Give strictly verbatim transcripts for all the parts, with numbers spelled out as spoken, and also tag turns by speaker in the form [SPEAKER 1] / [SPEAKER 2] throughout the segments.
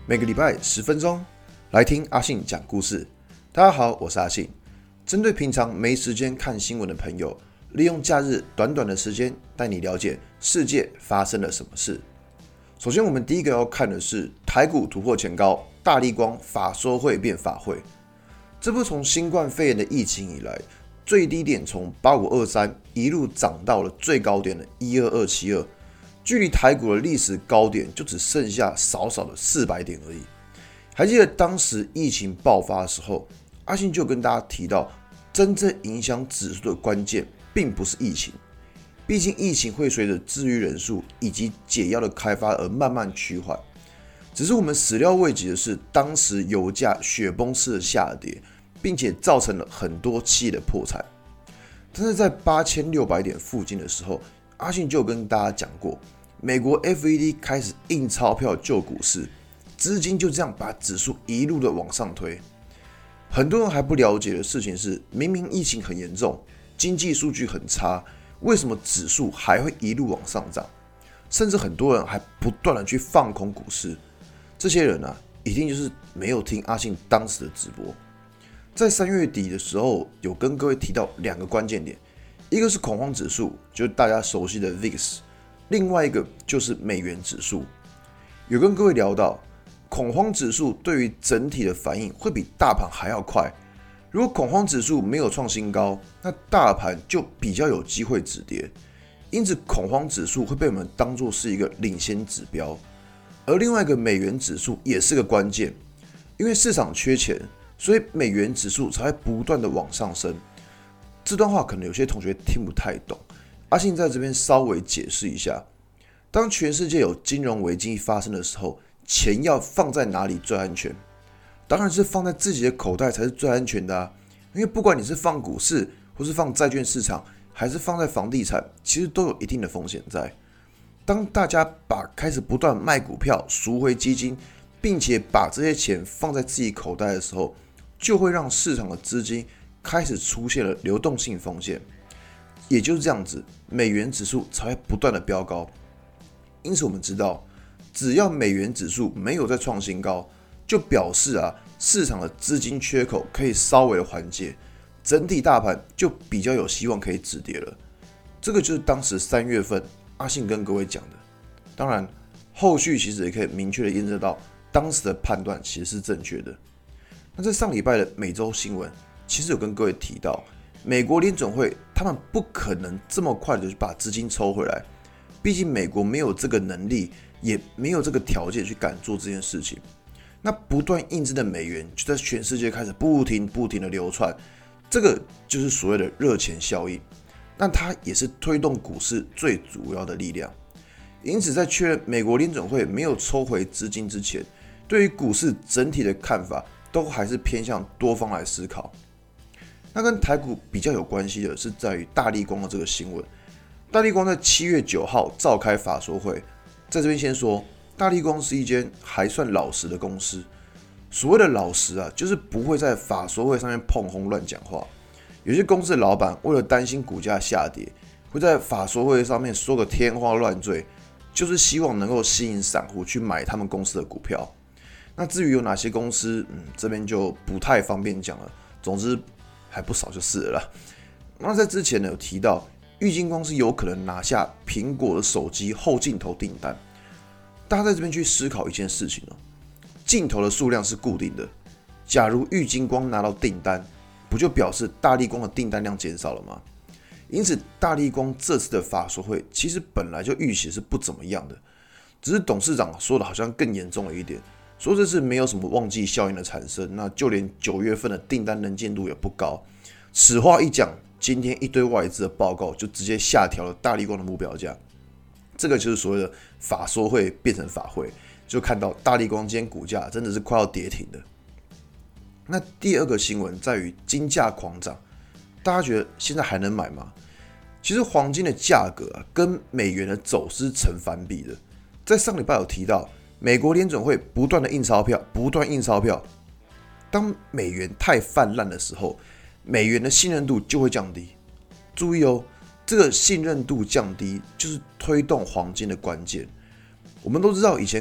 [SPEAKER 1] 每个礼拜十分钟，来听阿信讲故事。大家好，我是阿信。针对平常没时间看新闻的朋友，利用假日短短的时间，带你了解世界发生了什么事。首先，我们第一个要看的是台股突破前高，大立光法说会变法会。这不从新冠肺炎的疫情以来，最低点从八五二三一路涨到了最高点的一二二七二。距离台股的历史高点就只剩下少少的四百点而已。还记得当时疫情爆发的时候，阿信就跟大家提到，真正影响指数的关键并不是疫情，毕竟疫情会随着治愈人数以及解药的开发而慢慢趋缓。只是我们始料未及的是，当时油价雪崩式的下跌，并且造成了很多企业的破产。但是在八千六百点附近的时候，阿信就跟大家讲过，美国 F E D 开始印钞票救股市，资金就这样把指数一路的往上推。很多人还不了解的事情是，明明疫情很严重，经济数据很差，为什么指数还会一路往上涨？甚至很多人还不断的去放空股市。这些人啊，一定就是没有听阿信当时的直播。在三月底的时候，有跟各位提到两个关键点，一个是恐慌指数，就是大家熟悉的 V I X。另外一个就是美元指数，有跟各位聊到，恐慌指数对于整体的反应会比大盘还要快。如果恐慌指数没有创新高，那大盘就比较有机会止跌，因此恐慌指数会被我们当作是一个领先指标。而另外一个美元指数也是个关键，因为市场缺钱，所以美元指数才会不断的往上升。这段话可能有些同学听不太懂。阿信在这边稍微解释一下，当全世界有金融危机发生的时候，钱要放在哪里最安全？当然是放在自己的口袋才是最安全的啊！因为不管你是放股市，或是放债券市场，还是放在房地产，其实都有一定的风险在。当大家把开始不断卖股票赎回基金，并且把这些钱放在自己口袋的时候，就会让市场的资金开始出现了流动性风险。也就是这样子，美元指数才会不断的飙高。因此我们知道，只要美元指数没有再创新高，就表示啊，市场的资金缺口可以稍微的缓解，整体大盘就比较有希望可以止跌了。这个就是当时三月份阿信跟各位讲的。当然，后续其实也可以明确的验证到，当时的判断其实是正确的。那在上礼拜的每周新闻，其实有跟各位提到，美国联准会他们不可能这么快的就把资金抽回来，毕竟美国没有这个能力，也没有这个条件去敢做这件事情。那不断印制的美元就在全世界开始不停不停的流窜，这个就是所谓的热钱效应。那它也是推动股市最主要的力量。因此，在确认美国联准会没有抽回资金之前，对于股市整体的看法都还是偏向多方来思考。那跟台股比较有关系的是在于大立光的这个新闻。大立光在七月九号召开法说会，在这边先说，大立光是一间还算老实的公司。所谓的老实啊，就是不会在法说会上面碰轰乱讲话。有些公司的老板为了担心股价下跌，会在法说会上面说个天花乱坠，就是希望能够吸引散户去买他们公司的股票。那至于有哪些公司，嗯，这边就不太方便讲了。总之，还不少就是了啦。那在之前呢，有提到玉晶光是有可能拿下苹果的手机后镜头订单。大家在这边去思考一件事情哦，镜头的数量是固定的。假如玉晶光拿到订单，不就表示大立光的订单量减少了吗？因此，大立光这次的法说会其实本来就预期是不怎么样的，只是董事长说的好像更严重了一点。说这是没有什么旺季效应的产生，那就连九月份的订单能见度也不高。此话一讲，今天一堆外资的报告就直接下调了大立光的目标价。这个就是所谓的法说会变成法会，就看到大立光今天股价真的是快要跌停的。那第二个新闻在于金价狂涨，大家觉得现在还能买吗？其实黄金的价格啊，跟美元的走势成反比的。在上礼拜有提到，美国联准会不断的印钞票，不断印钞票。当美元太泛滥的时候，美元的信任度就会降低。注意哦，这个信任度降低就是推动黄金的关键。我们都知道，以前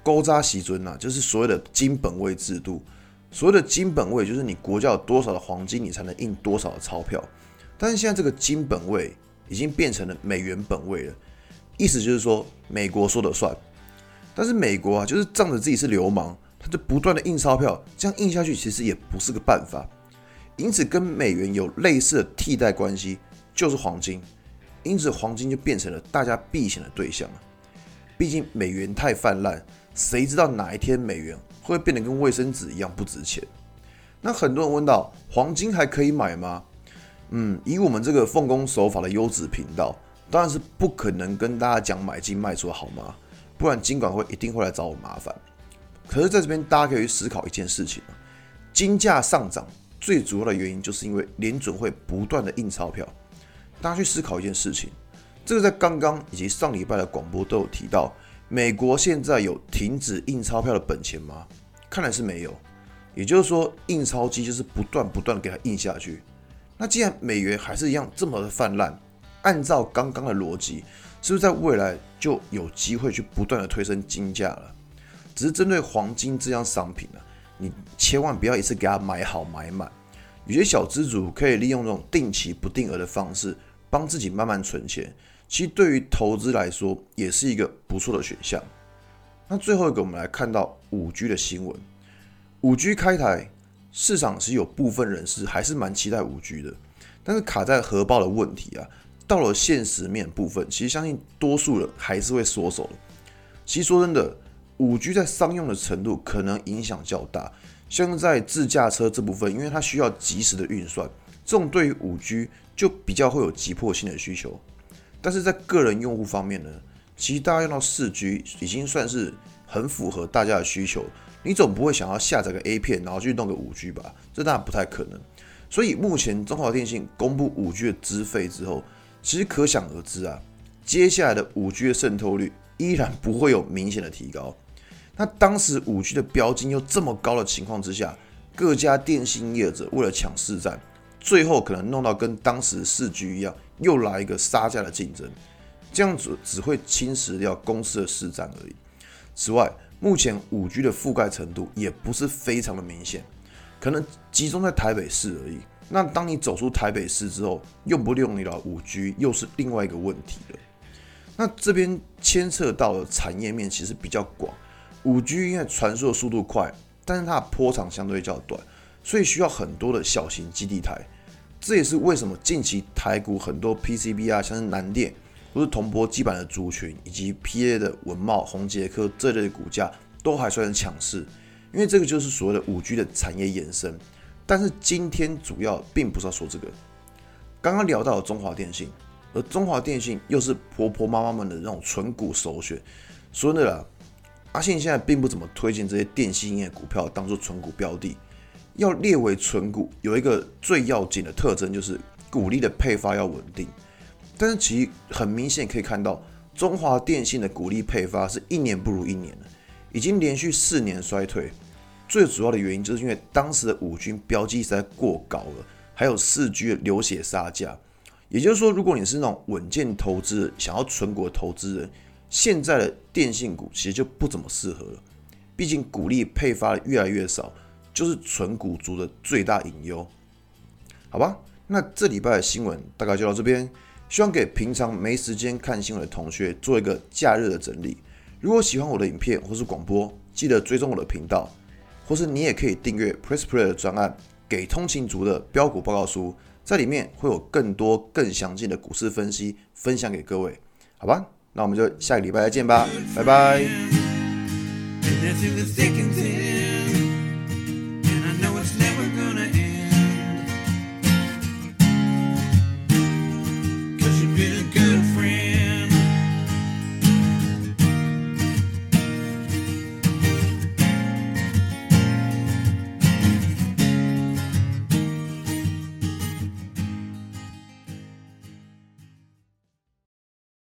[SPEAKER 1] 勾扎时阵啊，就是所谓的金本位制度。所谓的金本位，就是你国家有多少的黄金，你才能印多少的钞票。但是现在这个金本位已经变成了美元本位了，意思就是说美国说了算。但是美国啊，就是仗着自己是流氓，他就不断的印钞票，这样印下去其实也不是个办法。因此，跟美元有类似的替代关系就是黄金，因此黄金就变成了大家避险的对象。毕竟美元太泛滥，谁知道哪一天美元会变得跟卫生纸一样不值钱？那很多人问到，黄金还可以买吗？嗯，以我们这个奉公守法的优质频道，当然是不可能跟大家讲买进卖出好吗？不然金管会一定会来找我麻烦。可是在这边大家可以去思考一件事情，金价上涨最主要的原因就是因为联准会不断的印钞票。大家去思考一件事情，这个在刚刚以及上礼拜的广播都有提到，美国现在有停止印钞票的本钱吗？看来是没有。也就是说，印钞机就是不断不断的给它印下去。那既然美元还是一样这么的泛滥，按照刚刚的逻辑，是不是在未来就有机会去不断的推升金价了？只是针对黄金这样商品啊，你千万不要一次给它买好买满。有些小资主可以利用这种定期不定额的方式，帮自己慢慢存钱。其实对于投资来说，也是一个不错的选项。那最后一个，我们来看到 五 G 的新闻。五 G 开台，市场是有部分人士还是蛮期待 五 G 的，但是卡在荷包的问题啊，到了现实面部分，其实相信多数人还是会缩手的。其实说真的， 五 G 在商用的程度可能影响较大，像在自驾车这部分，因为它需要即时的运算，这种对于 五 G 就比较会有急迫性的需求。但是在个人用户方面呢，其实大家用到 四 G 已经算是很符合大家的需求。你总不会想要下载个 A 片，然后去弄个 五 G 吧？这当然不太可能。所以目前中华电信公布 五 G 的资费之后，其实可想而知啊，接下来的 五 G 的渗透率依然不会有明显的提高。那当时 五 G 的标金又这么高的情况之下，各家电信业者为了抢市占，最后可能弄到跟当时 四 G 一样，又来一个杀价的竞争，这样子只会侵蚀掉公司的市占而已。此外，目前 五 G 的覆盖程度也不是非常的明显，可能集中在台北市而已。那当你走出台北市之后，用不用得了 五 G 又是另外一个问题了。那这边牵涉到的产业面其实比较广， 五 G 因为传输的速度快，但是它的波长相对较短，所以需要很多的小型基地台。这也是为什么近期台股很多 P C B 啊，像是南电或是铜箔基板的族群，以及 P A 的文茂、宏捷科这类的股价都还算是强势，因为这个就是所谓的 五 G 的产业延伸。但是今天主要并不是要说这个，刚刚聊到了中华电信，而中华电信又是婆婆妈妈们的那种存股首选。说真的啦，阿信现在并不怎么推荐这些电信业股票当做存股标的。要列为存股，有一个最要紧的特征就是股利的配发要稳定。但是其实很明显可以看到，中华电信的股利配发是一年不如一年了，已经连续四年衰退。最主要的原因就是因为当时的 五 G 标记实在过高了，还有 四 G 的流血杀价。也就是说，如果你是那种稳健投资人，想要存股的投资人，现在的电信股其实就不怎么适合了。毕竟股利配发的越来越少，就是存股族的最大隐忧。好吧，那这礼拜的新闻大概就到这边。希望给平常没时间看新闻的同学做一个假日的整理。如果喜欢我的影片或是广播，记得追踪我的频道，或是你也可以订阅 Press Play 的专案，给通勤族的标股报告书，在里面会有更多更详尽的股市分析分享给各位。好吧，那我们就下个礼拜再见吧，拜拜。